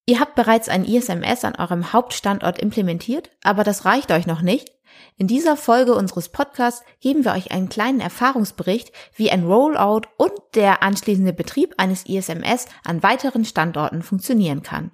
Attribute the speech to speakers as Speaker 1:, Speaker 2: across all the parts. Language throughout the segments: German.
Speaker 1: Ihr habt bereits ein ISMS an eurem Hauptstandort implementiert, aber das reicht euch noch nicht? In dieser Folge unseres Podcasts geben wir euch einen kleinen Erfahrungsbericht, wie ein Rollout und der anschließende Betrieb eines ISMS an weiteren Standorten funktionieren kann.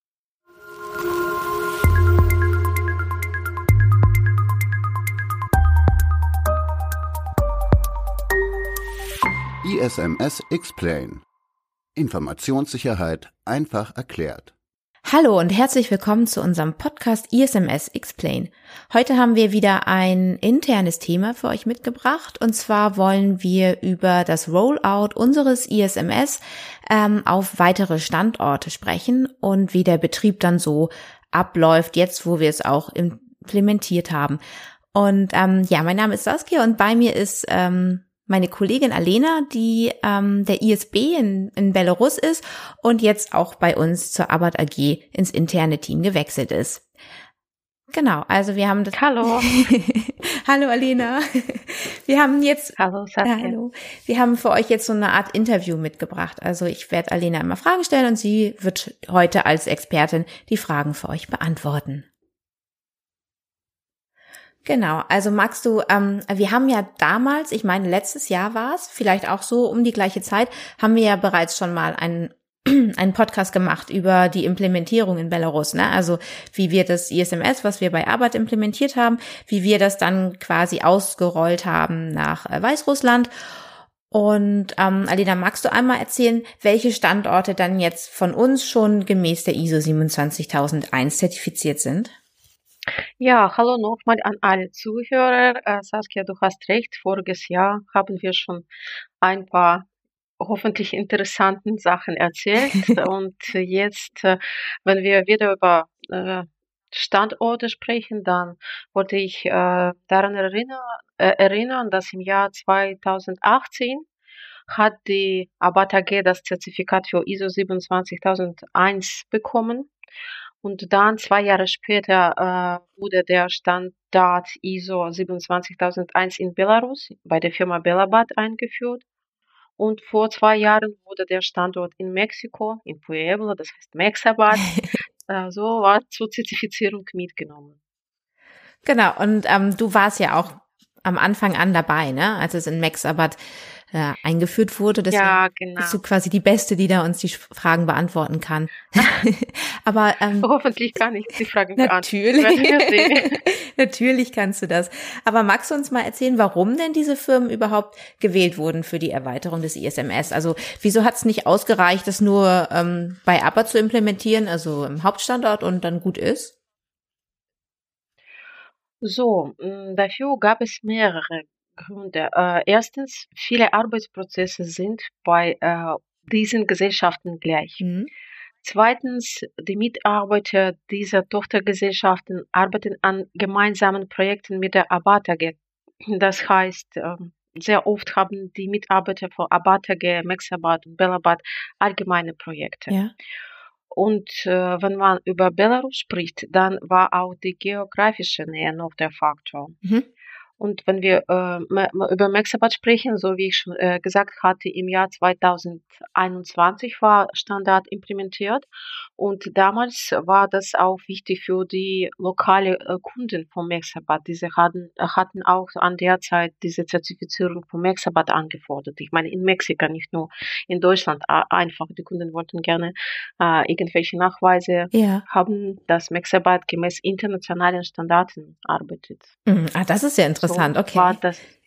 Speaker 2: ISMS Explain. Informationssicherheit einfach erklärt.
Speaker 1: Hallo und herzlich willkommen zu unserem Podcast ISMS Explain. Heute haben wir wieder ein internes Thema für euch mitgebracht, und zwar wollen wir über das Rollout unseres ISMS auf weitere Standorte sprechen und wie der Betrieb dann so abläuft, jetzt wo wir es auch implementiert haben. Und mein Name ist Saskia und bei mir ist meine Kollegin Alena, die der ISB in Belarus ist und jetzt auch bei uns zur ABAT AG ins interne Team gewechselt ist. Genau, also wir haben das...
Speaker 3: Hallo.
Speaker 1: Hallo Alena. Wir haben jetzt...
Speaker 3: Hallo Saskia.
Speaker 1: Hallo. Wir haben für euch jetzt so eine Art Interview mitgebracht. Also ich werde Alena immer Fragen stellen und sie wird heute als Expertin die Fragen für euch beantworten. Genau, also magst du, wir haben ja damals, ich meine letztes Jahr war es, vielleicht auch so um die gleiche Zeit, haben wir ja bereits schon mal einen Podcast gemacht über die Implementierung in Belarus, ne? Also wie wir das ISMS, was wir bei ABAT implementiert haben, wie wir das dann quasi ausgerollt haben nach Weißrussland. Und Alena, magst du einmal erzählen, welche Standorte dann jetzt von uns schon gemäß der ISO 27001 zertifiziert sind?
Speaker 3: Ja, hallo nochmal an alle Zuhörer. Saskia, du hast recht, voriges Jahr haben wir schon ein paar hoffentlich interessanten Sachen erzählt. Und jetzt, wenn wir wieder über Standorte sprechen, dann wollte ich daran erinnern, dass im Jahr 2018 hat die ABAT AG das Zertifikat für ISO 27001 bekommen. Und dann 2 Jahre später wurde der Standard ISO 27001 in Belarus bei der Firma Belabat eingeführt. Und vor 2 Jahren wurde der Standort in Mexiko, in Puebla, das heißt Mexabat, so war zur Zertifizierung mitgenommen.
Speaker 1: Genau, und du warst ja auch am Anfang an dabei, ne, als es in Mexabat eingeführt wurde. Deswegen
Speaker 3: ja, genau.
Speaker 1: bist du quasi die Beste, die da uns die Fragen beantworten kann. Aber
Speaker 3: hoffentlich kann ich die Fragen
Speaker 1: natürlich.
Speaker 3: beantworten.
Speaker 1: Natürlich kannst du das. Aber magst du uns mal erzählen, warum denn diese Firmen überhaupt gewählt wurden für die Erweiterung des ISMS? Also wieso hat es nicht ausgereicht, das nur bei ABAT zu implementieren, also im Hauptstandort, und dann gut ist?
Speaker 3: So, dafür gab es mehrere Gründe. Erstens, viele Arbeitsprozesse sind bei diesen Gesellschaften gleich.
Speaker 1: Mhm.
Speaker 3: Zweitens, die Mitarbeiter dieser Tochtergesellschaften arbeiten an gemeinsamen Projekten mit der ABAT AG. Das heißt, sehr oft haben die Mitarbeiter von ABAT AG, Mexabat und Belabat allgemeine Projekte.
Speaker 1: Ja.
Speaker 3: Und wenn man über Belarus spricht, dann war auch die geografische Nähe noch der Faktor.
Speaker 1: Mhm.
Speaker 3: Und wenn wir über Mexabat sprechen, so wie ich schon gesagt hatte, im Jahr 2021 war Standard implementiert. Und damals war das auch wichtig für die lokale Kunden von Mexabat. Diese hatten auch an der Zeit diese Zertifizierung von Mexabat angefordert. Ich meine, in Mexiko, nicht nur in Deutschland, einfach. Die Kunden wollten gerne irgendwelche Nachweise haben, dass Mexabat gemäß internationalen Standards arbeitet.
Speaker 1: Das ist ja interessant. Okay.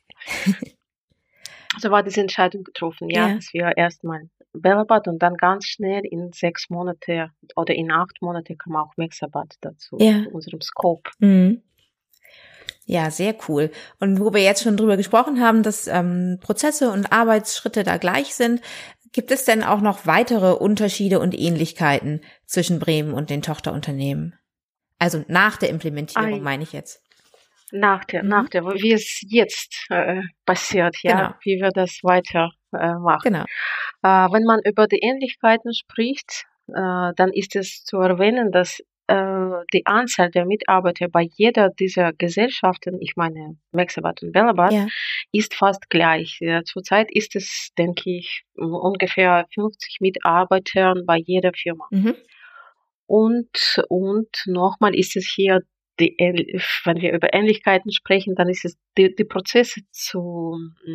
Speaker 3: So war diese Entscheidung getroffen, dass wir erstmal Belabat und dann ganz schnell in 6 Monate oder in 8 Monate kam auch Mexabat dazu, zu unserem Scope.
Speaker 1: Mhm. Ja, sehr cool. Und wo wir jetzt schon drüber gesprochen haben, dass Prozesse und Arbeitsschritte da gleich sind, gibt es denn auch noch weitere Unterschiede und Ähnlichkeiten zwischen Bremen und den Tochterunternehmen? Also nach der Implementierung, meine ich jetzt.
Speaker 3: Nach der, wie es jetzt passiert,
Speaker 1: Genau.
Speaker 3: wie wir das weiter machen.
Speaker 1: Genau.
Speaker 3: Wenn man über die Ähnlichkeiten spricht, dann ist es zu erwähnen, dass die Anzahl der Mitarbeiter bei jeder dieser Gesellschaften, ich meine Mexabat und Belabat, ist fast gleich. Zurzeit ist es, denke ich, ungefähr 50 Mitarbeiter bei jeder Firma.
Speaker 1: Mhm.
Speaker 3: Und nochmal ist es hier, wenn wir über Ähnlichkeiten sprechen, dann ist es die Prozesse zu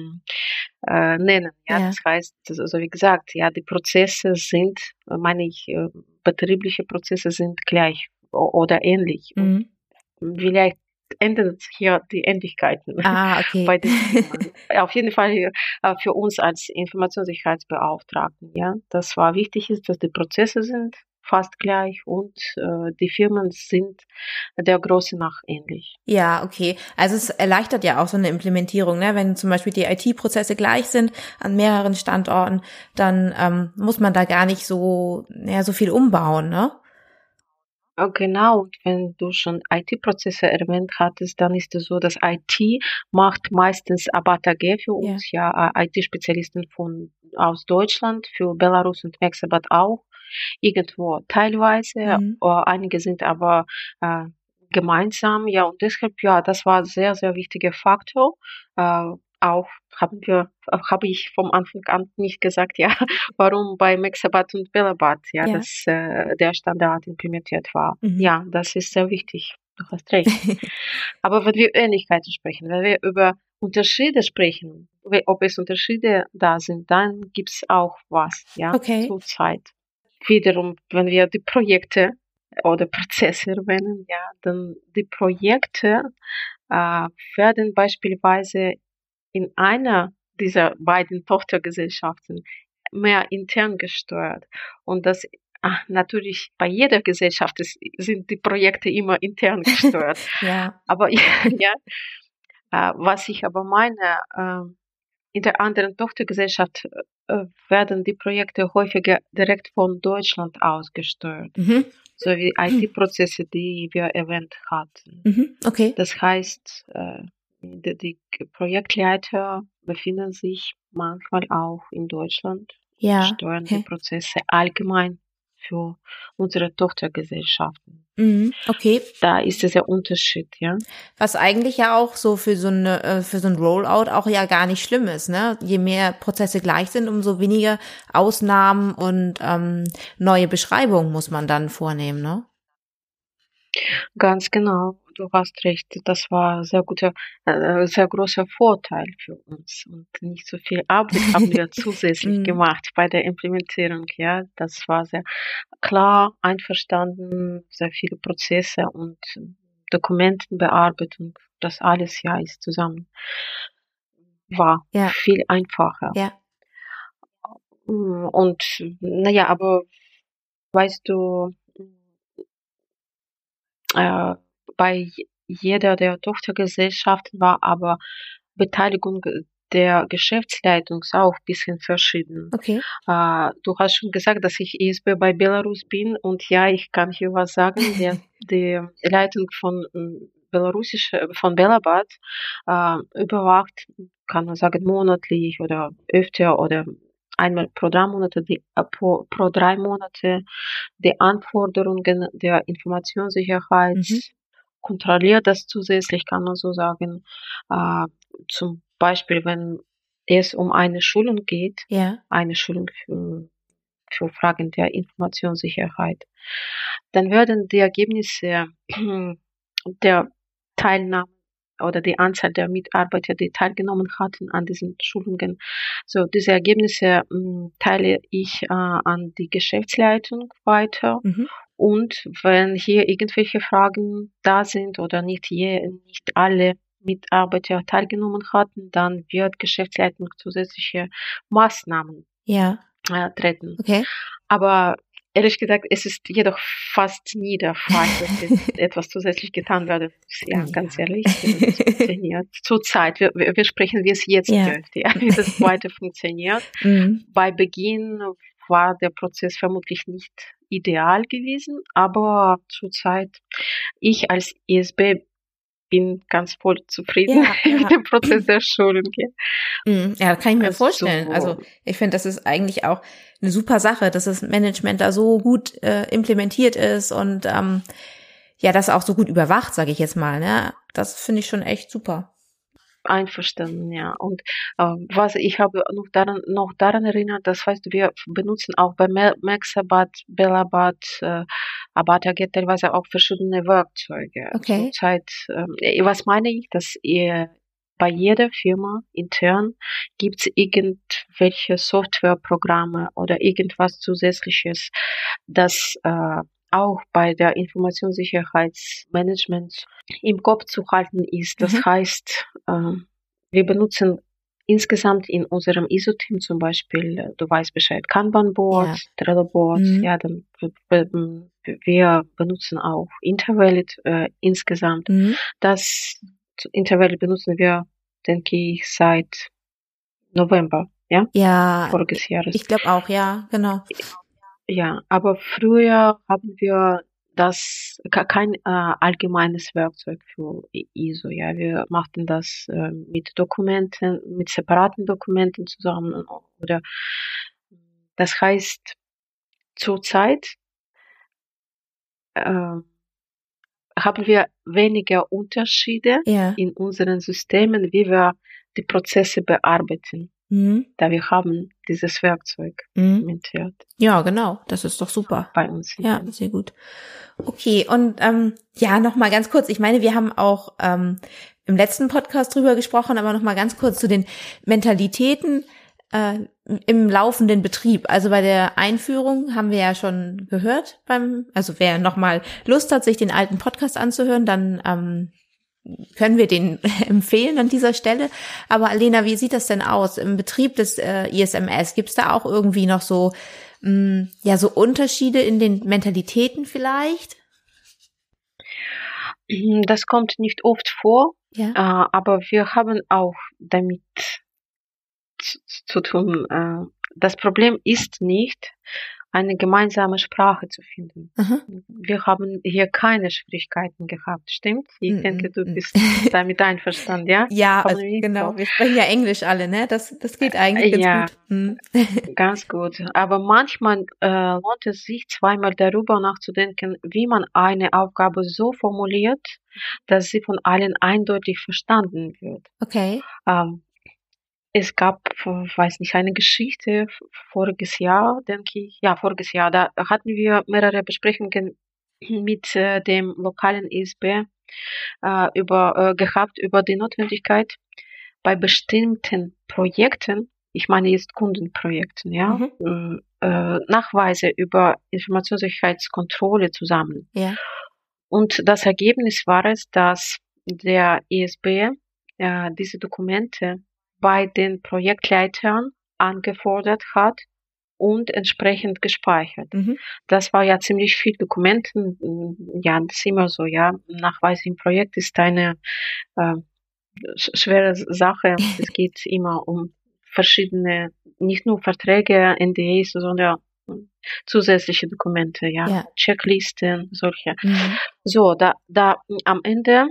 Speaker 3: nennen. Ja,
Speaker 1: Ja.
Speaker 3: das heißt, also wie gesagt, ja, die Prozesse sind, meine ich, betriebliche Prozesse sind gleich oder ähnlich. Und vielleicht ändern sich hier die Ähnlichkeiten
Speaker 1: Okay.
Speaker 3: bei den Firmen. Auf jeden Fall hier, für uns als Informationssicherheitsbeauftragten. Ja, das war wichtig ist, dass die Prozesse sind fast gleich und die Firmen sind der Größe nach ähnlich.
Speaker 1: Ja, okay. Also es erleichtert ja auch so eine Implementierung, ne? Wenn zum Beispiel die IT-Prozesse gleich sind an mehreren Standorten, dann muss man da gar nicht so viel umbauen, ne?
Speaker 3: Genau, und wenn du schon IT-Prozesse erwähnt hattest, dann ist es so, dass IT macht meistens ABAT AG für uns, ja, IT-Spezialisten aus Deutschland, für Belarus und Mexabat auch, irgendwo teilweise, einige sind aber gemeinsam, ja, und deshalb, ja, das war sehr, sehr wichtiger Faktor, auch habe ich vom Anfang an nicht gesagt, ja, warum bei Mexabat und Belabat, ja, dass der Standard implementiert war. Ja, das ist sehr wichtig. Du hast recht. Aber wenn wir über Ähnlichkeiten sprechen, wenn wir über Unterschiede sprechen, ob es Unterschiede da sind, dann gibt's auch was, ja, zurzeit. Wiederum, wenn wir die Projekte oder Prozesse erwähnen, ja, dann die Projekte werden beispielsweise in einer dieser beiden Tochtergesellschaften mehr intern gesteuert. Und das natürlich bei jeder Gesellschaft sind die Projekte immer intern gesteuert.
Speaker 1: Ja.
Speaker 3: Aber ja, was ich aber meine, in der anderen Tochtergesellschaft werden die Projekte häufiger direkt von Deutschland aus gesteuert. So wie IT-Prozesse, die wir erwähnt hatten.
Speaker 1: Okay.
Speaker 3: Das heißt, die Projektleiter befinden sich manchmal auch in Deutschland, steuern die Prozesse allgemein für unsere Tochtergesellschaften.
Speaker 1: Okay.
Speaker 3: Da ist dieser Unterschied, ja.
Speaker 1: Was eigentlich ja auch so für so ein Rollout auch ja gar nicht schlimm ist, ne? Je mehr Prozesse gleich sind, umso weniger Ausnahmen und neue Beschreibungen muss man dann vornehmen, ne?
Speaker 3: Ganz genau, du hast recht. Das war sehr großer Vorteil für uns und nicht so viel Arbeit haben wir zusätzlich gemacht bei der Implementierung. Ja, das war sehr klar, einverstanden, sehr viele Prozesse und Dokumentenbearbeitung. Das alles ist zusammen. War viel einfacher.
Speaker 1: Ja.
Speaker 3: Und naja, aber weißt du, bei jeder der Tochtergesellschaften war aber Beteiligung der Geschäftsleitung auch ein bisschen verschieden.
Speaker 1: Okay.
Speaker 3: Du hast schon gesagt, dass ich ISB bei Belarus bin und ja, ich kann hier was sagen. Die Leitung von Belabat überwacht, kann man sagen, monatlich oder öfter oder einmal pro 3 Monate, pro 3 Monate die Anforderungen der Informationssicherheit, kontrolliert das zusätzlich, kann man so sagen. Zum Beispiel, wenn es um eine Schulung geht, eine Schulung für Fragen der Informationssicherheit, dann werden die Ergebnisse der Teilnahme oder die Anzahl der Mitarbeiter, die teilgenommen hatten an diesen Schulungen. So, diese Ergebnisse teile ich an die Geschäftsleitung weiter. Und wenn hier irgendwelche Fragen da sind oder nicht alle Mitarbeiter teilgenommen hatten, dann wird Geschäftsleitung zusätzliche Maßnahmen treten.
Speaker 1: Okay.
Speaker 3: Aber ehrlich gesagt, es ist jedoch fast nie der Fall, dass etwas zusätzlich getan wird. Ja, ganz ehrlich, das funktioniert. Zurzeit, wir sprechen, wie es jetzt läuft, wie das weiter funktioniert. Bei Beginn war der Prozess vermutlich nicht ideal gewesen, aber zurzeit, ich als ISB bin ganz voll zufrieden mit dem Prozess der Schulung.
Speaker 1: Ja, das kann ich mir vorstellen. Also ich finde, das ist eigentlich auch eine super Sache, dass das Management da so gut implementiert ist und das auch so gut überwacht, sage ich jetzt mal. Ne? Das finde ich schon echt super.
Speaker 3: Einverstanden, ja. Und was ich habe noch daran erinnert, das heißt, wir benutzen auch bei Mexabat, Belabat aber da geht teilweise auch verschiedene Werkzeuge.
Speaker 1: Okay.
Speaker 3: Zurzeit, was meine ich, dass ihr bei jeder Firma intern gibt es irgendwelche Softwareprogramme oder irgendwas Zusätzliches, das auch bei der Informationssicherheitsmanagement im Kopf zu halten ist. Das heißt, wir benutzen insgesamt in unserem ISO-Team zum Beispiel, du weißt Bescheid, Kanban-Board, Trello-Board, ja, dann wir benutzen auch Intervalid insgesamt. Das Intervalid benutzen wir, denke ich, seit November, ja?
Speaker 1: Ja,
Speaker 3: voriges Jahres.
Speaker 1: Ich glaube auch, ja, genau.
Speaker 3: Ja, aber früher haben wir das kein allgemeines Werkzeug für ISO. Ja, wir machten das mit Dokumenten, mit separaten Dokumenten zusammen. Oder das heißt, zurzeit haben wir weniger Unterschiede in unseren Systemen, wie wir die Prozesse bearbeiten. Da wir haben dieses Werkzeug implementiert.
Speaker 1: Ja, genau. Das ist doch super.
Speaker 3: Bei uns.
Speaker 1: Ja, sehr gut. Okay, und ja, nochmal ganz kurz. Ich meine, wir haben auch im letzten Podcast drüber gesprochen, aber nochmal ganz kurz zu den Mentalitäten im laufenden Betrieb. Also bei der Einführung haben wir ja schon gehört also wer nochmal Lust hat, sich den alten Podcast anzuhören, dann können wir den empfehlen an dieser Stelle. Aber Lena, wie sieht das denn aus im Betrieb des ISMS? Gibt es da auch irgendwie noch so so Unterschiede in den Mentalitäten vielleicht?
Speaker 3: Das kommt nicht oft vor, aber wir haben auch damit zu tun. Das Problem ist nicht, eine gemeinsame Sprache zu finden. Wir haben hier keine Schwierigkeiten gehabt, stimmt? Ich denke, du bist damit einverstanden, ja?
Speaker 1: Ja, also, genau. Wir sprechen ja Englisch alle, ne? Das geht eigentlich ganz gut.
Speaker 3: Ganz gut. Aber manchmal lohnt es sich, zweimal darüber nachzudenken, wie man eine Aufgabe so formuliert, dass sie von allen eindeutig verstanden wird.
Speaker 1: Okay.
Speaker 3: Es gab, weiß nicht, eine Geschichte voriges Jahr, denke ich. Ja, voriges Jahr. Da hatten wir mehrere Besprechungen mit dem lokalen ISB gehabt über die Notwendigkeit bei bestimmten Projekten, ich meine jetzt Kundenprojekten, ja, Nachweise über Informationssicherheitskontrolle zusammen.
Speaker 1: Ja.
Speaker 3: Und das Ergebnis war es, dass der ISB diese Dokumente bei den Projektleitern angefordert hat und entsprechend gespeichert. Das war ja ziemlich viel Dokumenten. Ja, das ist immer so, ja. Nachweis im Projekt ist eine schwere Sache. Es geht immer um verschiedene, nicht nur Verträge, NDAs, sondern zusätzliche Dokumente, ja. Checklisten, solche. So, da am Ende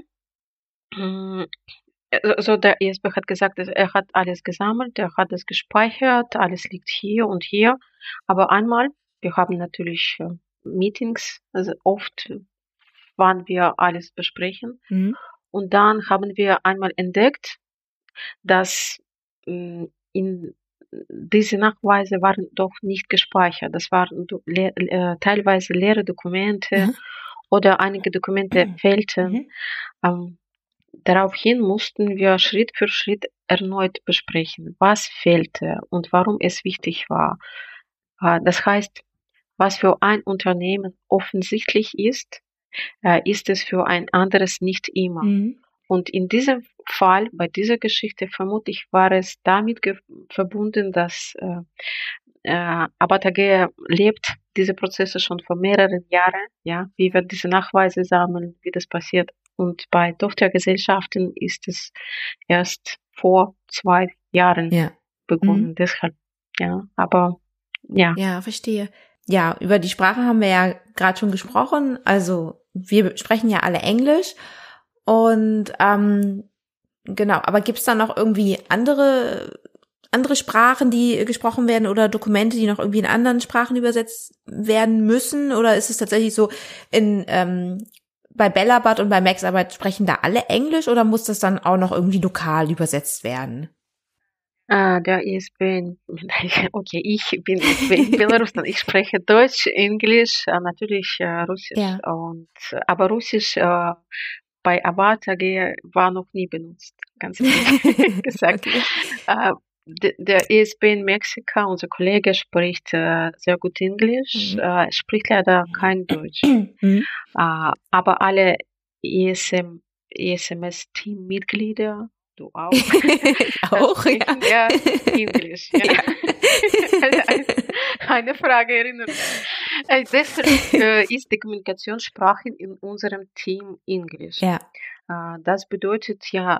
Speaker 3: so der ISB hat gesagt, er hat alles gesammelt, er hat es gespeichert, alles liegt hier und hier. Aber einmal, wir haben natürlich Meetings, also oft, wann wir alles besprechen. Und dann haben wir einmal entdeckt, dass diese Nachweise waren doch nicht gespeichert. Das waren teilweise leere Dokumente oder einige Dokumente fehlten. Daraufhin mussten wir Schritt für Schritt erneut besprechen, was fehlte und warum es wichtig war. Das heißt, was für ein Unternehmen offensichtlich ist, ist es für ein anderes nicht immer. Und in diesem Fall, bei dieser Geschichte, vermutlich war es damit verbunden, dass Abatage lebt diese Prozesse schon vor mehreren Jahren, ja, wie wir diese Nachweise sammeln, wie das passiert. Und bei Tochtergesellschaften ist es erst vor 2 Jahren begonnen. Deshalb, aber ja.
Speaker 1: Ja, verstehe. Ja, über die Sprache haben wir ja gerade schon gesprochen. Also wir sprechen ja alle Englisch und genau. Aber gibt es da noch irgendwie andere Sprachen, die gesprochen werden oder Dokumente, die noch irgendwie in anderen Sprachen übersetzt werden müssen? Oder ist es tatsächlich so bei Bellabad und bei Maxarbeit sprechen da alle Englisch oder muss das dann auch noch irgendwie lokal übersetzt werden?
Speaker 3: Der ISB, okay, ich bin in Belarus und ich spreche Deutsch, Englisch, natürlich Russisch.
Speaker 1: Ja.
Speaker 3: Aber Russisch bei Avat AG war noch nie benutzt, ganz ehrlich gesagt.
Speaker 1: Okay.
Speaker 3: Der ISB in Mexiko, unser Kollege, spricht sehr gut Englisch, spricht leider kein Deutsch.
Speaker 1: Mhm.
Speaker 3: Aber alle ESMS-Teammitglieder, du auch,
Speaker 1: Ich auch,
Speaker 3: sprechen ja Englisch. Ja.
Speaker 1: Ja.
Speaker 3: Eine Frage erinnert mich. Deshalb ist die Kommunikationssprache in unserem Team Englisch.
Speaker 1: Ja.
Speaker 3: Das bedeutet ja,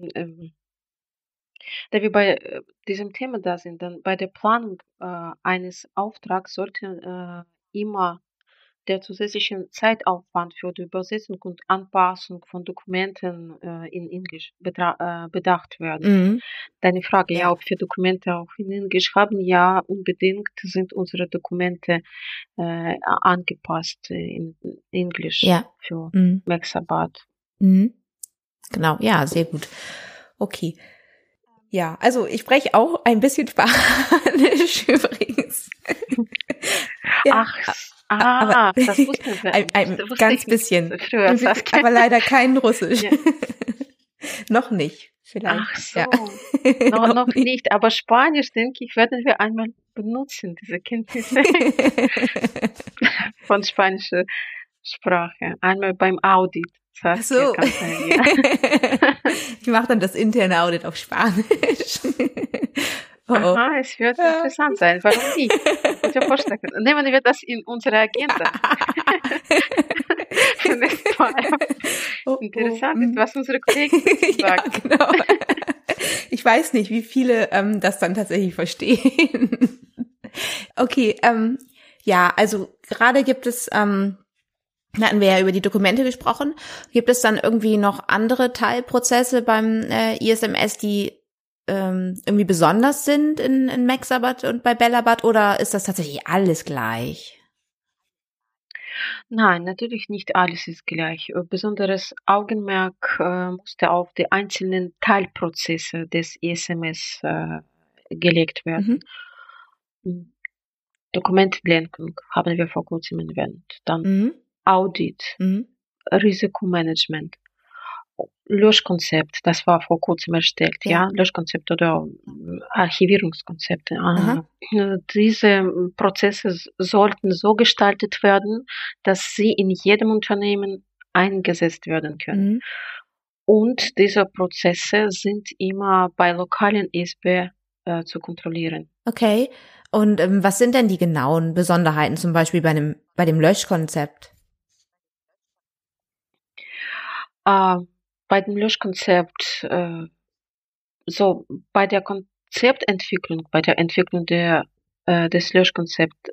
Speaker 3: da wir bei diesem Thema da sind, dann bei der Planung eines Auftrags sollte immer der zusätzliche Zeitaufwand für die Übersetzung und Anpassung von Dokumenten in Englisch bedacht werden.
Speaker 1: Mhm.
Speaker 3: Deine Frage, ja,
Speaker 1: Ja.
Speaker 3: ob wir Dokumente auch in Englisch haben, ja, unbedingt sind unsere Dokumente angepasst in Englisch
Speaker 1: Ja.
Speaker 3: für
Speaker 1: Mhm.
Speaker 3: Mexabat.
Speaker 1: Mhm. Genau, ja, sehr gut. Okay. Ja, also ich spreche auch ein bisschen Spanisch übrigens. Ja,
Speaker 3: Ach, das wussten wir.
Speaker 1: ein
Speaker 3: Das wusste
Speaker 1: ganz
Speaker 3: ich nicht
Speaker 1: bisschen.
Speaker 3: früher, Saskia.
Speaker 1: Aber leider kein Russisch.
Speaker 3: Ja.
Speaker 1: Noch nicht, vielleicht.
Speaker 3: Ach so,
Speaker 1: Ja.
Speaker 3: noch nicht. Aber Spanisch, denke ich, werden wir einmal benutzen, diese Kenntnisse von spanischer Sprache. Einmal beim Audit.
Speaker 1: Ach so.
Speaker 3: Kann sein, ja.
Speaker 1: Ich mache dann das interne Audit auf Spanisch. Oh.
Speaker 3: Aha, es wird interessant sein. Warum nicht? Guter Vorschlag. Nehmen wir das in unsere Agenda. Für nächstes Mal. Interessant ist, was unsere Kollegen sagen.
Speaker 1: Ja, genau. Ich weiß nicht, wie viele das dann tatsächlich verstehen. Okay, ja, also gerade gibt es, hatten wir ja über die Dokumente gesprochen, gibt es dann irgendwie noch andere Teilprozesse beim ISMS, die irgendwie besonders sind in Mexabat und bei Bellabat, oder ist das tatsächlich alles gleich?
Speaker 3: Nein, natürlich nicht alles ist gleich. Besonderes Augenmerk musste auf die einzelnen Teilprozesse des ISMS gelegt werden. Dokumentlenkung haben wir vor kurzem erwähnt. Dann Audit, Risikomanagement, Löschkonzept, das war vor kurzem erstellt, ja, Löschkonzept oder Archivierungskonzepte. Diese Prozesse sollten so gestaltet werden, dass sie in jedem Unternehmen eingesetzt werden können. Und diese Prozesse sind immer bei lokalen ISB zu kontrollieren.
Speaker 1: Okay. Und was sind denn die genauen Besonderheiten, zum Beispiel bei dem Löschkonzept?
Speaker 3: Bei dem Löschkonzept, so bei der Konzeptentwicklung, bei der Entwicklung des Löschkonzepts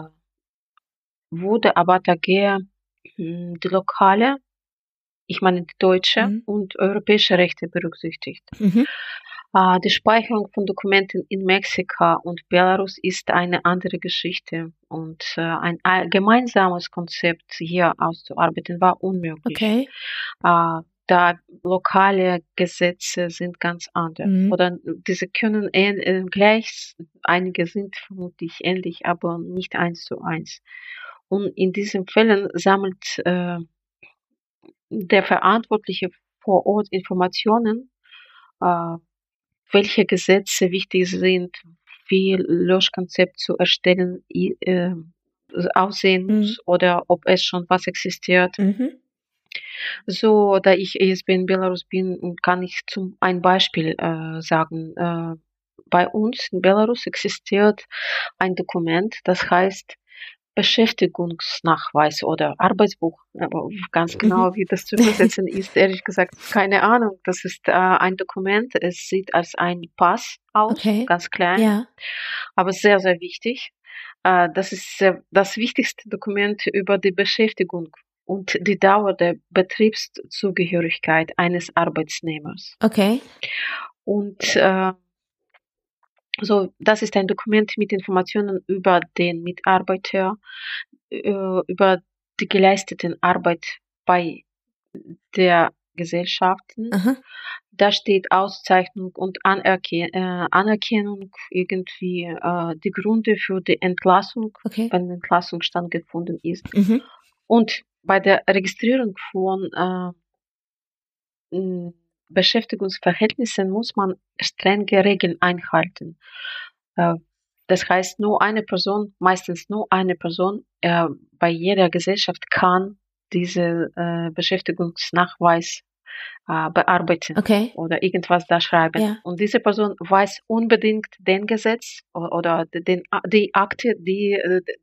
Speaker 3: wurde Avat AG die lokale, ich meine die deutsche und europäische Rechte berücksichtigt. Die Speicherung von Dokumenten in Mexiko und Belarus ist eine andere Geschichte und ein gemeinsames Konzept hier auszuarbeiten war unmöglich.
Speaker 1: Okay.
Speaker 3: Da lokale Gesetze sind ganz anders. Oder diese können gleich, einige sind vermutlich ähnlich, aber nicht 1:1. Und in diesen Fällen sammelt der Verantwortliche vor Ort Informationen, welche Gesetze wichtig sind, wie Löschkonzept zu erstellen aussehen muss oder ob es schon was existiert. So, da ich ISB in Belarus bin, kann ich ein Beispiel sagen. Bei uns in Belarus existiert ein Dokument, das heißt Beschäftigungsnachweis oder Arbeitsbuch. Aber ganz genau, wie das zu übersetzen ist, ehrlich gesagt, keine Ahnung. Das ist ein Dokument, es sieht als ein Pass aus, ganz klein, aber sehr, sehr wichtig. Das ist das wichtigste Dokument über die Beschäftigung und die Dauer der Betriebszugehörigkeit eines Arbeitnehmers.
Speaker 1: Okay.
Speaker 3: Und so, das ist ein Dokument mit Informationen über den Mitarbeiter, über die geleisteten Arbeit bei der Gesellschaften, da steht Auszeichnung und Anerkennung irgendwie die Gründe für die Entlassung,
Speaker 1: Okay.
Speaker 3: wenn Entlassung stattgefunden ist.
Speaker 1: Mhm.
Speaker 3: Und bei der Registrierung von Beschäftigungsverhältnissen muss man strenge Regeln einhalten. Das heißt, meistens nur eine Person bei jeder Gesellschaft kann diese Beschäftigungsnachweis bearbeiten
Speaker 1: Okay.
Speaker 3: oder irgendwas da schreiben.
Speaker 1: Ja.
Speaker 3: Und diese Person weiß unbedingt den Gesetz oder die Akte, die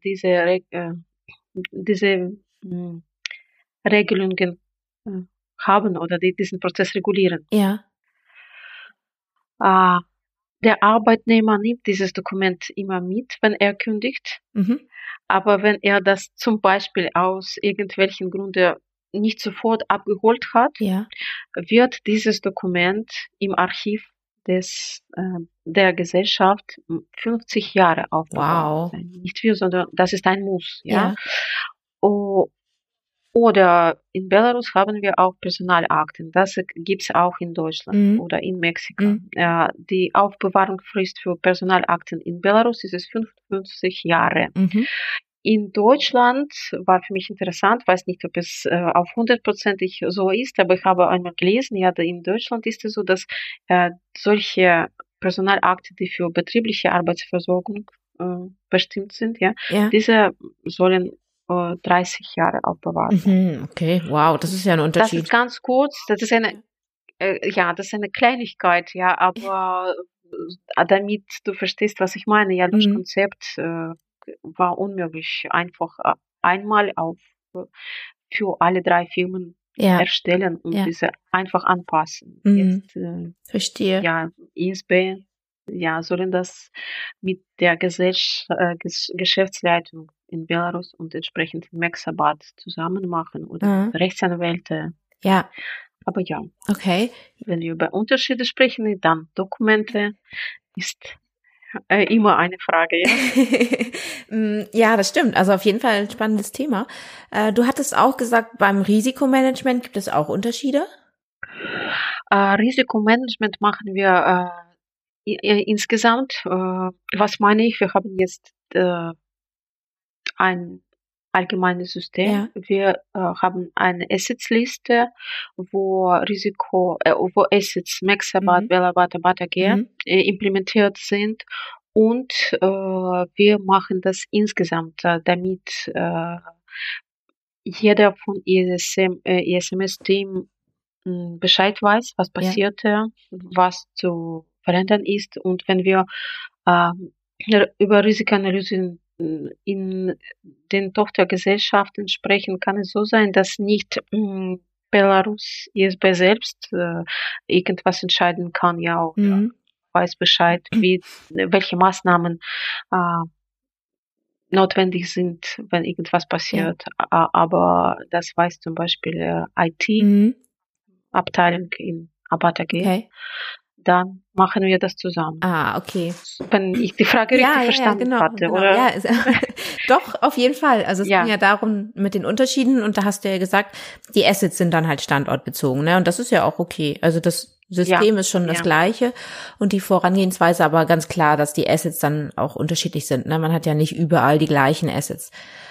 Speaker 3: diese Regelungen haben oder die diesen Prozess regulieren.
Speaker 1: Ja.
Speaker 3: Der Arbeitnehmer nimmt dieses Dokument immer mit, wenn er kündigt.
Speaker 1: Mhm.
Speaker 3: Aber wenn er das zum Beispiel aus irgendwelchen Gründen nicht sofort abgeholt hat,
Speaker 1: Ja.
Speaker 3: wird dieses Dokument im Archiv der Gesellschaft 50 Jahre aufbewahrt
Speaker 1: Wow.
Speaker 3: sein. Nicht viel, sondern das ist ein Muss.
Speaker 1: Ja.
Speaker 3: Oder in Belarus haben wir auch Personalakten. Das gibt es auch in Deutschland oder in Mexiko. Die Aufbewahrungsfrist für Personalakten in Belarus ist es 55 Jahre.
Speaker 1: Mhm.
Speaker 3: In Deutschland war für mich interessant, weiß nicht, ob es auf 100%ig so ist, aber ich habe einmal gelesen, ja, in Deutschland ist es so, dass solche Personalakte, die für betriebliche Arbeitsversorgung bestimmt sind, ja, diese sollen 30 Jahre aufbewahrt werden.
Speaker 1: Okay, wow, das ist ja ein
Speaker 3: Das
Speaker 1: Unterschied.
Speaker 3: ist ganz kurz, das ist eine Kleinigkeit, ja, aber damit du verstehst, was ich meine, ja, das Konzept war unmöglich, einfach einmal für alle 3 Firmen erstellen und diese einfach anpassen. Jetzt,
Speaker 1: Verstehe.
Speaker 3: Ja, ISB, ja, sollen das mit der Geschäftsleitung in Belarus und entsprechend Mexabat zusammen machen oder Rechtsanwälte.
Speaker 1: Ja.
Speaker 3: Aber ja.
Speaker 1: Okay.
Speaker 3: Wenn wir über Unterschiede sprechen, dann Dokumente ist immer eine Frage, ja.
Speaker 1: Ja, das stimmt. Also auf jeden Fall ein spannendes Thema. Du hattest auch gesagt, beim Risikomanagement gibt es auch Unterschiede?
Speaker 3: Risikomanagement machen wir insgesamt. Was meine ich? Wir haben jetzt ein allgemeines System.
Speaker 1: Ja.
Speaker 3: Wir haben eine Assets-Liste, wo Assets, Mexabat, Belabat, Abat-AG implementiert sind. Und wir machen das insgesamt, damit jeder von ISMS-Team Bescheid weiß, was passierte, was zu verändern ist. Und wenn wir über Risikoanalysen in den Tochtergesellschaften sprechen, kann es so sein, dass nicht Belarus ISB selbst irgendwas entscheiden kann, ja, oder weiß Bescheid, welche Maßnahmen notwendig sind, wenn irgendwas passiert. Aber das weiß zum Beispiel IT-Abteilung in Abat AG.
Speaker 1: Okay.
Speaker 3: Dann machen wir das zusammen.
Speaker 1: Okay.
Speaker 3: Wenn ich die Frage richtig verstanden hatte, oder?
Speaker 1: Ja, doch, auf jeden Fall. Also es ging ja darum mit den Unterschieden und da hast du ja gesagt, die Assets sind dann halt standortbezogen, ne? Und das ist ja auch okay. Also das System ist schon das gleiche und die Vorangehensweise, aber ganz klar, dass die Assets dann auch unterschiedlich sind, ne? Man hat ja nicht überall die gleichen Assets.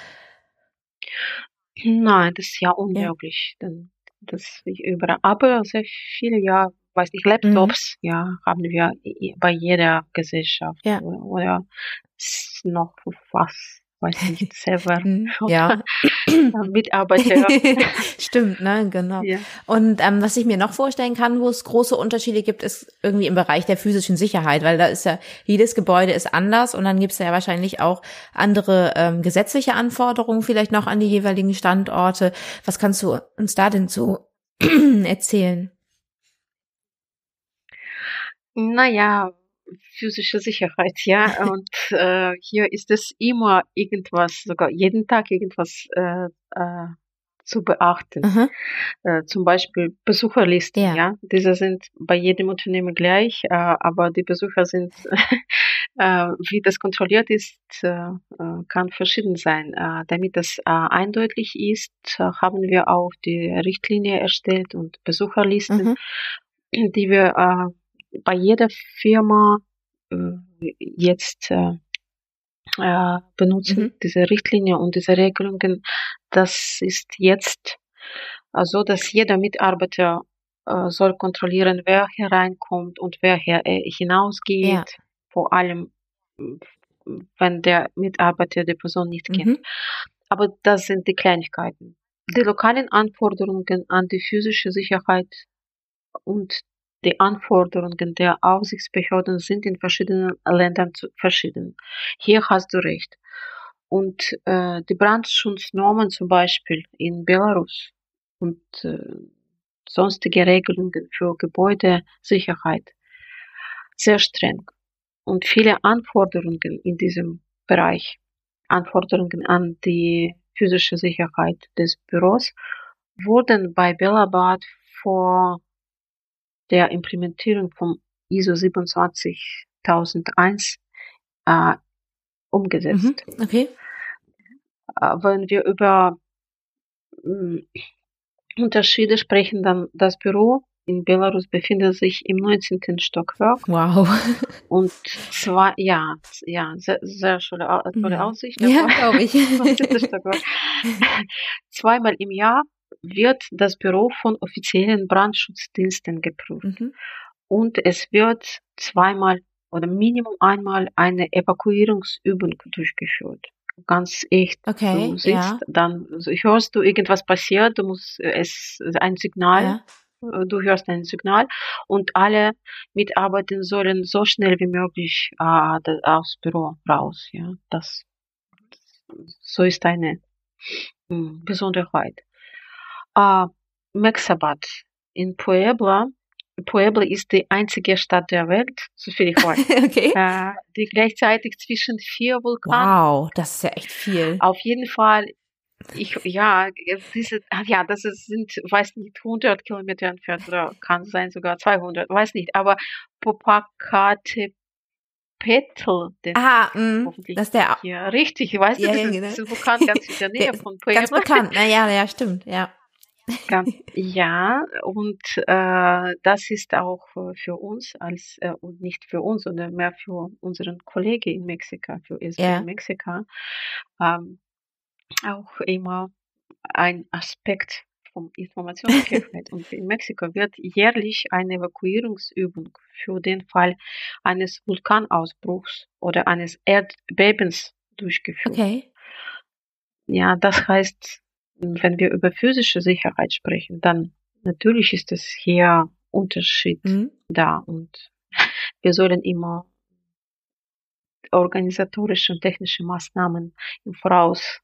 Speaker 3: Nein, das ist ja unmöglich. Denn das überall. Aber sehr viele, weiß nicht, Laptops, haben wir bei jeder Gesellschaft. Oder noch was, weiß nicht, Server. Mitarbeiter.
Speaker 1: Stimmt, ne, genau. Ja. Und was ich mir noch vorstellen kann, wo es große Unterschiede gibt, ist irgendwie im Bereich der physischen Sicherheit, weil da ist ja, jedes Gebäude ist anders und dann gibt es ja wahrscheinlich auch andere gesetzliche Anforderungen vielleicht noch an die jeweiligen Standorte. Was kannst du uns da denn so erzählen?
Speaker 3: Naja, physische Sicherheit, und hier ist es immer irgendwas, sogar jeden Tag irgendwas zu beachten. Zum Beispiel Besucherlisten, diese sind bei jedem Unternehmen gleich, aber die Besucher sind, wie das kontrolliert ist, kann verschieden sein. Damit das eindeutig ist, haben wir auch die Richtlinie erstellt und Besucherlisten. die wir bei jeder Firma jetzt benutzen, diese Richtlinie und diese Regelungen. Das ist jetzt so, dass jeder Mitarbeiter soll kontrollieren, wer hereinkommt und wer hinausgeht.
Speaker 1: Ja.
Speaker 3: Vor allem, wenn der Mitarbeiter die Person nicht kennt. Aber das sind die Kleinigkeiten. Die lokalen Anforderungen an die physische Sicherheit und die Anforderungen der Aufsichtsbehörden sind in verschiedenen Ländern verschieden. Hier hast du recht. Und die Brandschutznormen zum Beispiel in Belarus und sonstige Regelungen für Gebäudesicherheit sehr streng. Und viele Anforderungen in diesem Bereich, Anforderungen an die physische Sicherheit des Büros, wurden bei Belabad vor der Implementierung von ISO 27001 umgesetzt.
Speaker 1: Okay.
Speaker 3: Wenn wir über Unterschiede sprechen, dann das Büro in Belarus befindet sich im 19. Stockwerk.
Speaker 1: Wow.
Speaker 3: Und zwar, sehr tolle Aussicht.
Speaker 1: Ja, glaube ich.
Speaker 3: 19. Stockwerk. Zweimal im Jahr wird das Büro von offiziellen Brandschutzdiensten geprüft. Und es wird zweimal oder Minimum einmal eine Evakuierungsübung durchgeführt. Ganz echt.
Speaker 1: Okay,
Speaker 3: Du sitzt, dann hörst du irgendwas passiert, du hörst ein Signal und alle Mitarbeiter sollen so schnell wie möglich aus Büro raus. Ja, so ist eine Besonderheit. Mexabad in Puebla ist die einzige Stadt der Welt, soviel ich weiß,
Speaker 1: Okay.
Speaker 3: die gleichzeitig zwischen 4 Vulkanen.
Speaker 1: Wow, das ist ja echt viel.
Speaker 3: Auf jeden Fall, sind, weiß nicht, 100 Kilometer entfernt oder kann sein sogar 200, weiß nicht, aber Popocatépetl,
Speaker 1: das ist der
Speaker 3: hier richtig, weißt du, das ist Vulkan ganz in der Nähe von Puebla.
Speaker 1: Ganz bekannt, ja, stimmt, ja.
Speaker 3: Und das ist auch für uns und nicht für uns, sondern mehr für unseren Kollegen in Mexiko, für in Mexiko, auch immer ein Aspekt von Informationssicherheit. Und in Mexiko wird jährlich eine Evakuierungsübung für den Fall eines Vulkanausbruchs oder eines Erdbebens durchgeführt.
Speaker 1: Okay.
Speaker 3: Ja, das heißt, wenn wir über physische Sicherheit sprechen, dann natürlich ist es hier Unterschied da und wir sollen immer organisatorische und technische Maßnahmen im Voraus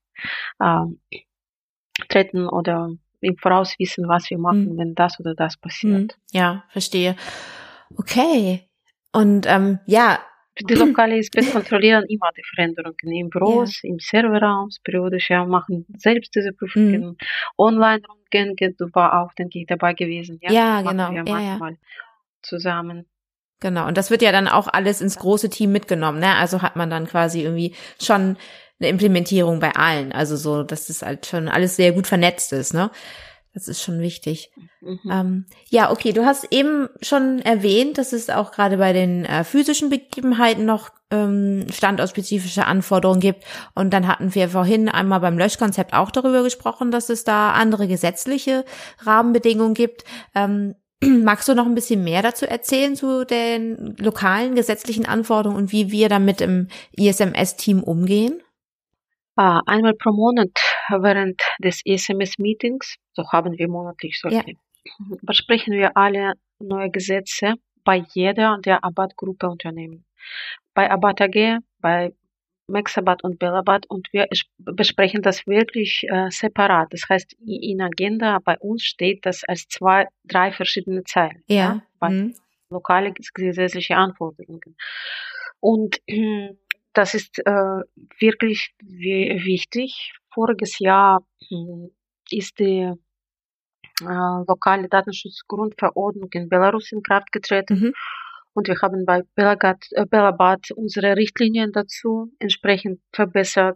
Speaker 3: treten oder im Voraus wissen, was wir machen, wenn das oder das passiert.
Speaker 1: Ja, verstehe. Okay. Und
Speaker 3: die lokale ISPs kontrollieren immer die Veränderungen im Büros, im Serverraum, periodisch machen selbst diese Prüfungen, Online-Rundgänge, du war auch, denke ich, dabei gewesen.
Speaker 1: Ja, genau.
Speaker 3: Wir manchmal zusammen.
Speaker 1: Genau, und das wird ja dann auch alles ins große Team mitgenommen, ne? Also hat man dann quasi irgendwie schon eine Implementierung bei allen, also so, dass das halt schon alles sehr gut vernetzt ist, ne? Das ist schon wichtig. Okay, du hast eben schon erwähnt, dass es auch gerade bei den physischen Begebenheiten noch standortspezifische Anforderungen gibt. Und dann hatten wir vorhin einmal beim Löschkonzept auch darüber gesprochen, dass es da andere gesetzliche Rahmenbedingungen gibt. Magst du noch ein bisschen mehr dazu erzählen, zu den lokalen gesetzlichen Anforderungen und wie wir damit im ISMS-Team umgehen?
Speaker 3: Einmal pro Monat während des ISMS-Meetings, so haben wir monatlich solche, besprechen wir alle neue Gesetze bei jeder der Abad-Gruppe Unternehmen. Bei Abad AG, bei Mexabad und Belabad, und wir besprechen das wirklich separat. Das heißt, in Agenda bei uns steht das als 2-3 verschiedene Zeilen. Bei lokale gesetzliche Anforderungen. Und das ist wirklich wichtig. Voriges Jahr ist die lokale Datenschutzgrundverordnung in Belarus in Kraft getreten. Und wir haben bei Belabad unsere Richtlinien dazu entsprechend verbessert.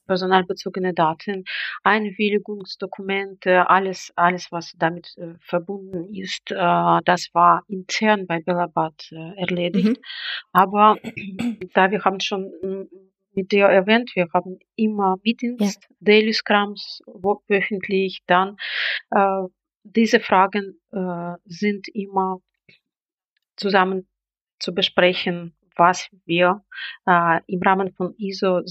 Speaker 3: personalbezogene Daten, Einwilligungsdokumente, alles, was damit verbunden ist, das war intern bei Bellabad erledigt.
Speaker 1: Mhm.
Speaker 3: Aber da wir haben schon mit dir erwähnt, wir haben immer
Speaker 1: Ja.
Speaker 3: Meetings, Daily Scrums, wöchentlich, dann äh, diese Fragen sind immer zusammen zu besprechen, was wir im Rahmen von ISO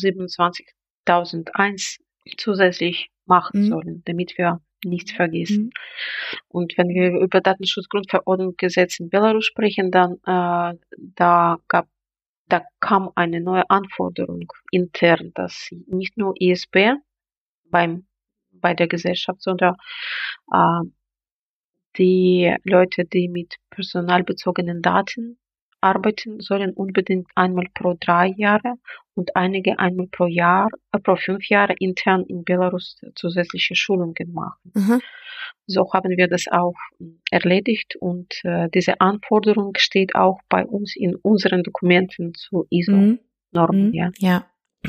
Speaker 3: 27001 zusätzlich machen
Speaker 1: Mhm.
Speaker 3: sollen, damit wir nichts vergessen.
Speaker 1: Mhm.
Speaker 3: Und wenn wir über Datenschutzgrundverordnung Gesetz in Belarus sprechen, dann da kam eine neue Anforderung intern, dass nicht nur ISB bei der Gesellschaft, sondern äh, die Leute, die mit personalbezogenen Daten arbeiten, sollen unbedingt einmal pro 3 Jahre und einige einmal pro 5 Jahre intern in Belarus zusätzliche Schulungen machen.
Speaker 1: Mhm.
Speaker 3: So haben wir das auch erledigt und diese Anforderung steht auch bei uns in unseren Dokumenten zu ISO-Normen.
Speaker 1: Mhm.
Speaker 3: Ja.
Speaker 1: Ja.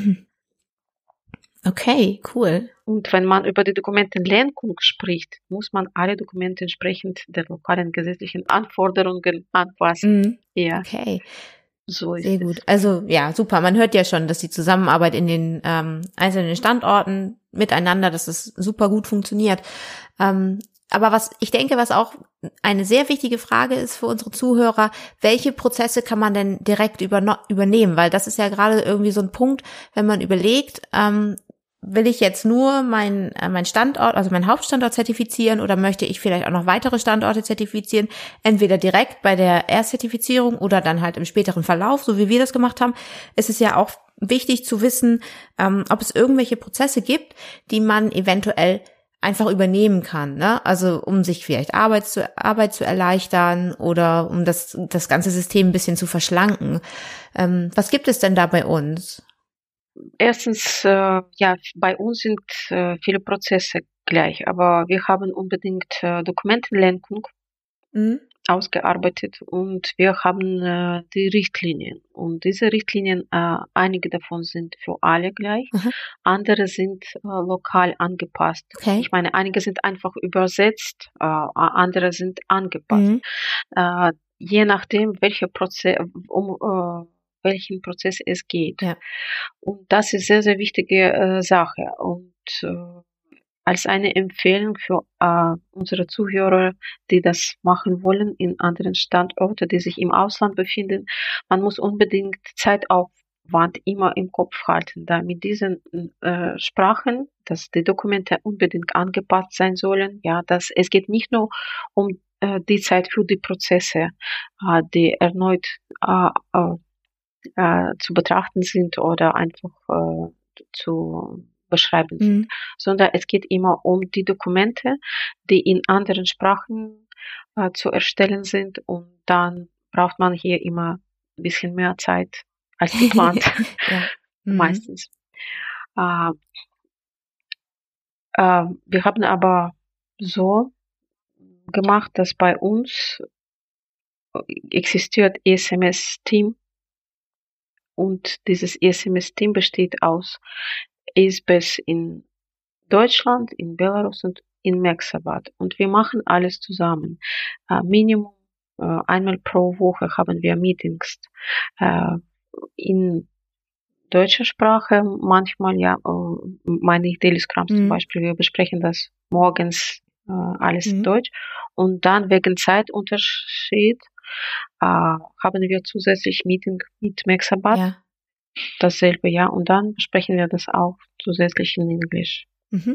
Speaker 1: Okay, cool.
Speaker 3: Und wenn man über die Dokumentenlenkung spricht, muss man alle Dokumente entsprechend der lokalen gesetzlichen Anforderungen anpassen.
Speaker 1: Mhm.
Speaker 3: Ja,
Speaker 1: Okay,
Speaker 3: so
Speaker 1: sehr
Speaker 3: ist es.
Speaker 1: gut. Also ja, super. Man hört ja schon, dass die Zusammenarbeit in den einzelnen Standorten miteinander, dass es super gut funktioniert. Aber was auch eine sehr wichtige Frage ist für unsere Zuhörer, welche Prozesse kann man denn direkt übernehmen? Weil das ist ja gerade irgendwie so ein Punkt, wenn man überlegt, will ich jetzt nur mein Standort, also meinen Hauptstandort zertifizieren oder möchte ich vielleicht auch noch weitere Standorte zertifizieren? Entweder direkt bei der Erstzertifizierung oder dann halt im späteren Verlauf, so wie wir das gemacht haben. Es ist ja auch wichtig zu wissen, ob es irgendwelche Prozesse gibt, die man eventuell einfach übernehmen kann, ne? Also um sich vielleicht Arbeit zu erleichtern oder um das ganze System ein bisschen zu verschlanken. Was gibt es denn da bei uns?
Speaker 3: Erstens, ja, bei uns sind viele Prozesse gleich, aber wir haben unbedingt Dokumentenlenkung
Speaker 1: Mhm.
Speaker 3: ausgearbeitet und wir haben die Richtlinien. Und diese Richtlinien, einige davon sind für alle gleich,
Speaker 1: Aha.
Speaker 3: andere sind lokal angepasst.
Speaker 1: Okay.
Speaker 3: Ich meine, einige sind einfach übersetzt, andere sind angepasst.
Speaker 1: Mhm.
Speaker 3: Je nachdem, welchen Prozess es geht.
Speaker 1: Ja.
Speaker 3: Und das ist sehr, sehr wichtige Sache. Und als eine Empfehlung für unsere Zuhörer, die das machen wollen in anderen Standorten, die sich im Ausland befinden, man muss unbedingt Zeitaufwand immer im Kopf halten, da mit diesen Sprachen, dass die Dokumente unbedingt angepasst sein sollen. Ja, es geht nicht nur um die Zeit für die Prozesse, die erneut zu betrachten sind oder einfach zu beschreiben sind, sondern es geht immer um die Dokumente, die in anderen Sprachen zu erstellen sind und dann braucht man hier immer ein bisschen mehr Zeit als geplant,
Speaker 1: Ja.
Speaker 3: meistens. Äh, wir haben aber so gemacht, dass bei uns existiert ESMS-Team und dieses ESMS-Team besteht aus ISBEs in Deutschland, in Belarus und in Mexabad. Und wir machen alles zusammen. Minimum einmal pro Woche haben wir Meetings in deutscher Sprache. Manchmal, ja, meine ich Daily Scrums zum Beispiel. Wir besprechen das morgens alles in Deutsch. Und dann wegen Zeitunterschied haben wir zusätzlich Meeting mit Mexabad.
Speaker 1: Ja.
Speaker 3: Dasselbe, ja. Und dann besprechen wir das auch zusätzlich in Englisch.
Speaker 1: Mhm.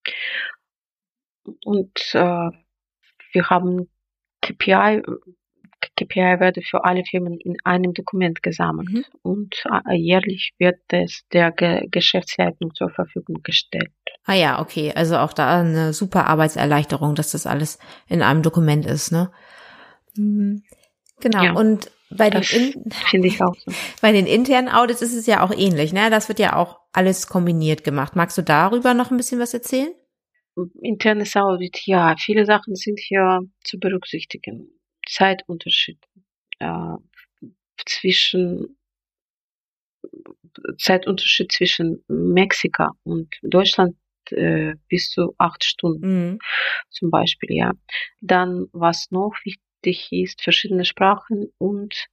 Speaker 3: Und wir haben KPI werde für alle Firmen in einem Dokument gesammelt und jährlich wird es der Geschäftsleitung zur Verfügung gestellt.
Speaker 1: Ah ja, okay. Also auch da eine super Arbeitserleichterung, dass das alles in einem Dokument ist, ne? Genau.
Speaker 3: Ja,
Speaker 1: und bei
Speaker 3: das finde ich auch so.
Speaker 1: Bei den internen Audits ist es ja auch ähnlich, ne? Das wird ja auch alles kombiniert gemacht. Magst du darüber noch ein bisschen was erzählen?
Speaker 3: Internes Audit, ja, viele Sachen sind hier zu berücksichtigen. Zeitunterschied zwischen Zeitunterschied zwischen Mexiko und Deutschland bis zu 8 Stunden zum Beispiel, ja. Dann, was noch wichtig ist, verschiedene Sprachen und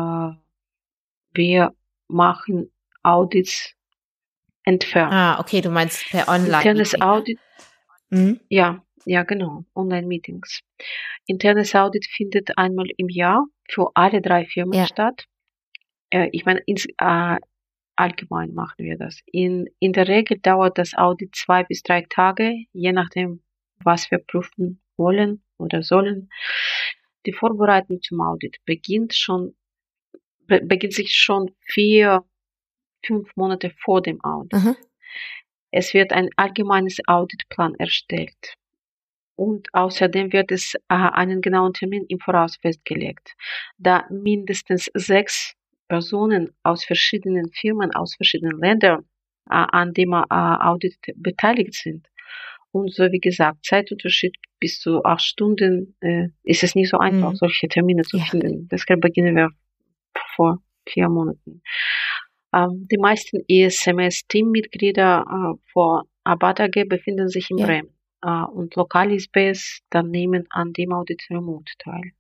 Speaker 3: wir machen Audits entfernt.
Speaker 1: Ah, okay, du meinst per
Speaker 3: Internes
Speaker 1: Online-Meeting.
Speaker 3: Audit,
Speaker 1: Mhm.
Speaker 3: ja, genau, Online-Meetings. Internes Audit findet einmal im Jahr für alle 3 Firmen
Speaker 1: Ja.
Speaker 3: statt. Ich meine, allgemein machen wir das. In der Regel dauert das Audit 2 bis 3 Tage, je nachdem, was wir prüfen wollen oder sollen. Die Vorbereitung zum Audit beginnt sich schon 4, 5 Monate vor dem Audit.
Speaker 1: Aha.
Speaker 3: Es wird ein allgemeines Auditplan erstellt. Und außerdem wird es einen genauen Termin im Voraus festgelegt, da mindestens 6 Personen aus verschiedenen Firmen, aus verschiedenen Ländern an dem Audit beteiligt sind. Und so wie gesagt, Zeitunterschied bis zu 8 Stunden ist es nicht so einfach, solche Termine zu finden. Deshalb beginnen wir vor 4 Monaten. Die meisten ESMS-Teammitglieder vor Abat AG befinden sich in Bremen. Und Lokal-ISBs dann nehmen an dem Audit remote teil.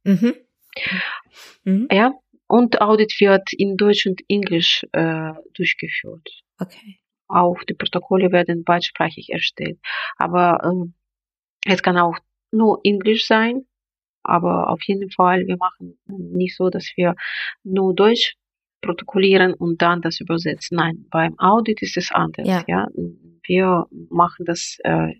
Speaker 3: Ja, und Audit wird in Deutsch und Englisch durchgeführt.
Speaker 1: Okay.
Speaker 3: Auch die Protokolle werden beidsprachig erstellt. Aber es kann auch nur Englisch sein, aber auf jeden Fall, wir machen nicht so, dass wir nur Deutsch protokollieren und dann das übersetzen. Nein, beim Audit ist es anders. Ja. Wir machen das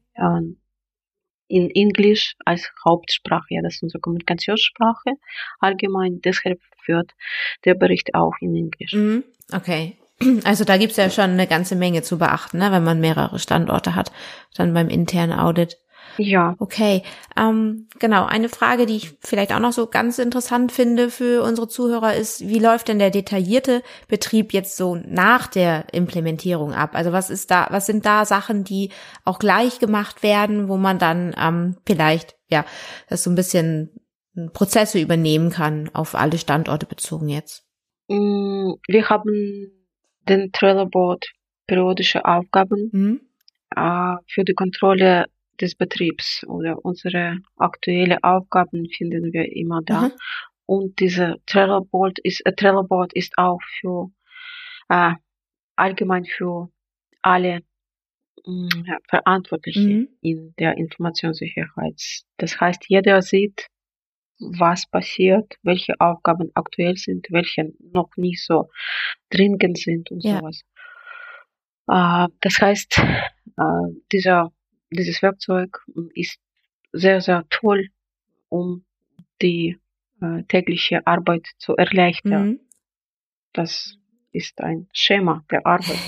Speaker 3: in Englisch als Hauptsprache. Ja, das ist unsere Kommunikationssprache allgemein. Deshalb wird der Bericht auch in Englisch.
Speaker 1: Okay. Also da gibt's ja schon eine ganze Menge zu beachten, ne, wenn man mehrere Standorte hat, dann beim internen Audit.
Speaker 3: Ja.
Speaker 1: Okay, genau. Eine Frage, die ich vielleicht auch noch so ganz interessant finde für unsere Zuhörer ist, wie läuft denn der detaillierte Betrieb jetzt so nach der Implementierung ab? Also was sind da Sachen, die auch gleich gemacht werden, wo man dann vielleicht, das so ein bisschen Prozesse übernehmen kann, auf alle Standorte bezogen jetzt?
Speaker 3: Wir haben den Trello-Board periodische Aufgaben für die Kontrolle des Betriebs oder unsere aktuelle Aufgaben finden wir immer da. Und diese Trello-Board ist auch für allgemein für alle Verantwortliche in der Informationssicherheit. Das heißt, jeder sieht, was passiert, welche Aufgaben aktuell sind, welche noch nicht so dringend sind und sowas. Das heißt, dieses Werkzeug ist sehr, sehr toll, um die tägliche Arbeit zu erleichtern. Das ist ein Schema der Arbeit.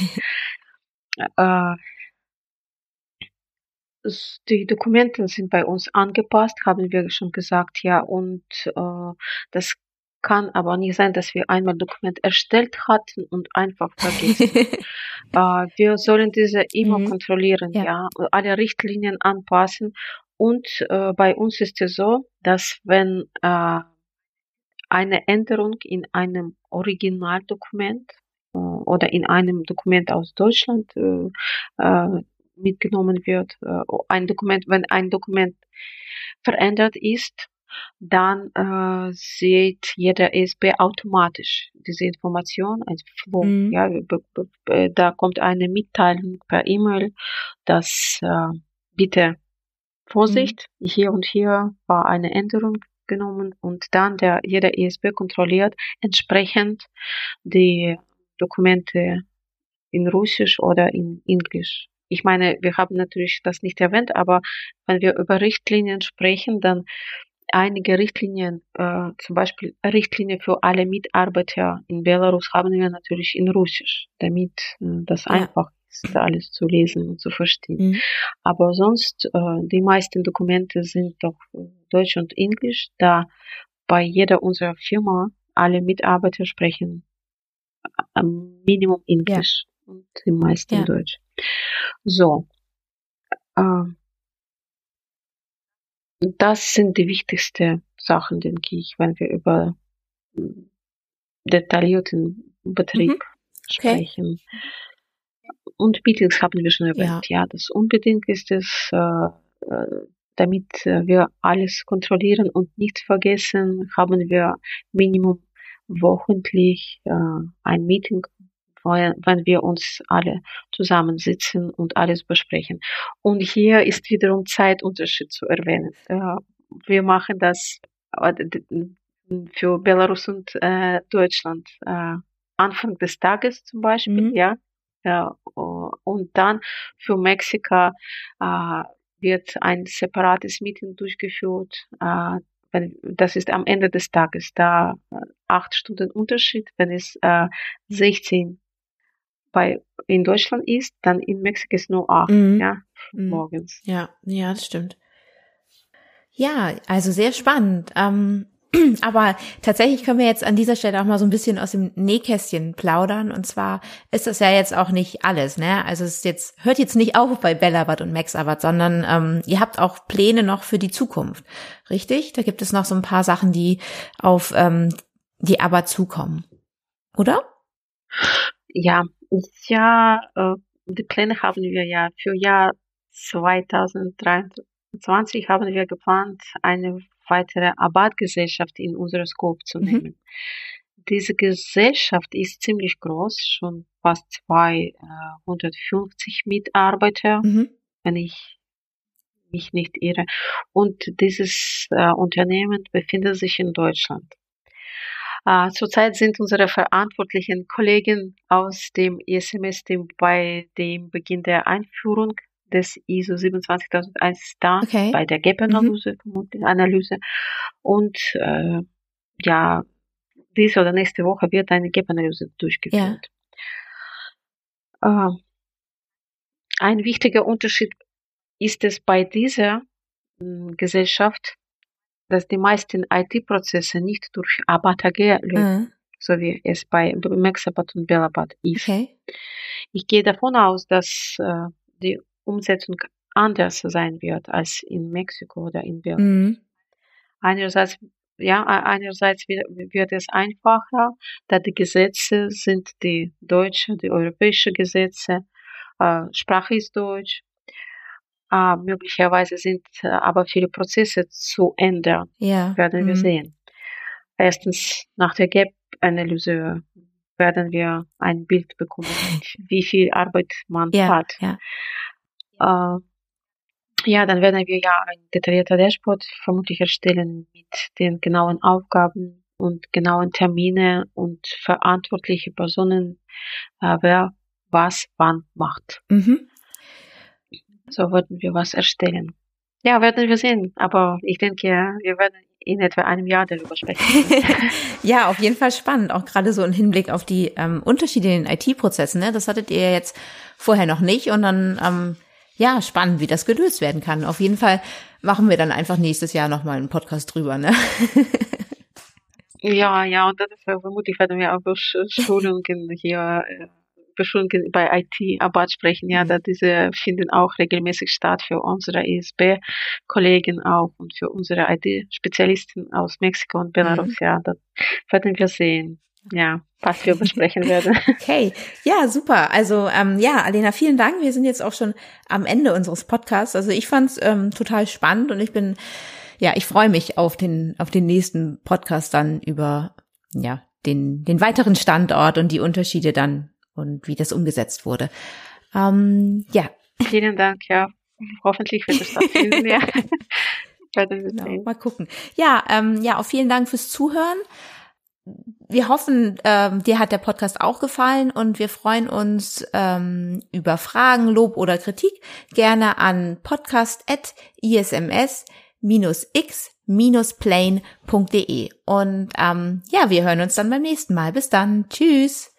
Speaker 3: Die Dokumente sind bei uns angepasst, haben wir schon gesagt, ja, und das kann aber nicht sein, dass wir einmal Dokument erstellt hatten und einfach vergessen. Wir sollen diese immer kontrollieren, ja, alle Richtlinien anpassen. Und bei uns ist es so, dass wenn eine Änderung in einem Originaldokument oder in einem Dokument aus Deutschland mitgenommen wird, wenn ein Dokument verändert ist, dann sieht jeder ESB automatisch diese Information als Flow. Ja, da kommt eine Mitteilung per E-Mail, dass bitte Vorsicht, hier und hier war eine Änderung genommen und dann jeder ESB kontrolliert entsprechend die Dokumente in Russisch oder in Englisch. Ich meine, wir haben natürlich das nicht erwähnt, aber wenn wir über Richtlinien sprechen, dann einige Richtlinien, zum Beispiel Richtlinie für alle Mitarbeiter in Belarus, haben wir natürlich in Russisch, damit das einfach ist, alles zu lesen und zu verstehen. Aber sonst, die meisten Dokumente sind doch Deutsch und Englisch, da bei jeder unserer Firma alle Mitarbeiter sprechen Minimum Englisch und die meisten Deutsch. So. Das sind die wichtigsten Sachen, denke ich, wenn wir über detaillierten Betrieb sprechen. Und Meetings haben wir schon erwähnt. Ja, das unbedingt ist es, damit wir alles kontrollieren und nicht vergessen, haben wir Minimum wochentlich ein Meeting, wenn wir uns alle zusammensitzen und alles besprechen. Und hier ist wiederum Zeitunterschied zu erwähnen. Wir machen das für Belarus und Deutschland Anfang des Tages zum Beispiel, ja. Und dann für Mexiko wird ein separates Meeting durchgeführt. Das ist am Ende des Tages, da 8 Stunden Unterschied. Wenn es 16 in Deutschland ist, dann in Mexiko ist nur 8, morgens.
Speaker 1: Ja, das stimmt. Ja, also sehr spannend. Aber tatsächlich können wir jetzt an dieser Stelle auch mal so ein bisschen aus dem Nähkästchen plaudern. Und zwar ist das ja jetzt auch nicht alles, ne? Also hört jetzt nicht auf bei Bellabat und Maxabat, sondern ihr habt auch Pläne noch für die Zukunft, richtig? Da gibt es noch so ein paar Sachen, die auf die Abat zukommen, oder?
Speaker 3: Ja, die Pläne haben wir ja für Jahr 2023 haben wir geplant, eine weitere Abat-Gesellschaft in unsere Scope zu nehmen. Diese Gesellschaft ist ziemlich groß, schon fast 250 Mitarbeiter, wenn ich mich nicht irre. Und dieses Unternehmen befindet sich in Deutschland. Zurzeit sind unsere verantwortlichen Kollegen aus dem ISMS-Team bei dem Beginn der Einführung des ISO 27001 da, bei der Gap-Analyse, und diese oder nächste Woche wird eine Gap-Analyse durchgeführt. Ein wichtiger Unterschied ist es bei dieser Gesellschaft, dass die meisten IT-Prozesse nicht durch Abat AG laufen, so wie es bei Maxabat und Bellabat ist. Ich gehe davon aus, dass die Umsetzung anders sein wird als in Mexiko oder in Belarus. Einerseits wird es einfacher, da die Gesetze sind die deutsche, die europäische Gesetze, Sprache ist Deutsch. Möglicherweise sind aber viele Prozesse zu ändern, werden wir sehen. Erstens, nach der Gap-Analyse werden wir ein Bild bekommen, wie viel Arbeit man hat. Dann werden wir ein detaillierter Dashboard vermutlich erstellen mit den genauen Aufgaben und genauen Termine und verantwortliche Personen, wer was wann macht. So würden wir was erstellen. Ja, werden wir sehen. Aber ich denke, wir werden in etwa einem Jahr darüber sprechen.
Speaker 1: Ja, auf jeden Fall spannend. Auch gerade so im Hinblick auf die Unterschiede in den IT-Prozessen. Ne? Das hattet ihr jetzt vorher noch nicht. Und dann, spannend, wie das gelöst werden kann. Auf jeden Fall machen wir dann einfach nächstes Jahr nochmal einen Podcast drüber. Ne?
Speaker 3: Ja, und das ist vermutlich werden wir auch über Schulungen hier bei IT-Abat sprechen, da diese finden auch regelmäßig statt für unsere ISB-Kollegen auch und für unsere IT-Spezialisten aus Mexiko und Belarus. Das werden wir sehen. Was wir besprechen werden.
Speaker 1: Okay, ja, super. Also Alena, vielen Dank. Wir sind jetzt auch schon am Ende unseres Podcasts. Also ich fand's total spannend und ich freue mich auf den nächsten Podcast dann über den weiteren Standort und die Unterschiede dann und wie das umgesetzt wurde.
Speaker 3: Vielen Dank, hoffentlich wird es stattfinden,
Speaker 1: Genau, mal gucken. Auch vielen Dank fürs Zuhören. Wir hoffen, dir hat der Podcast auch gefallen und wir freuen uns über Fragen, Lob oder Kritik gerne an podcast@isms-x-plane.de und wir hören uns dann beim nächsten Mal. Bis dann. Tschüss.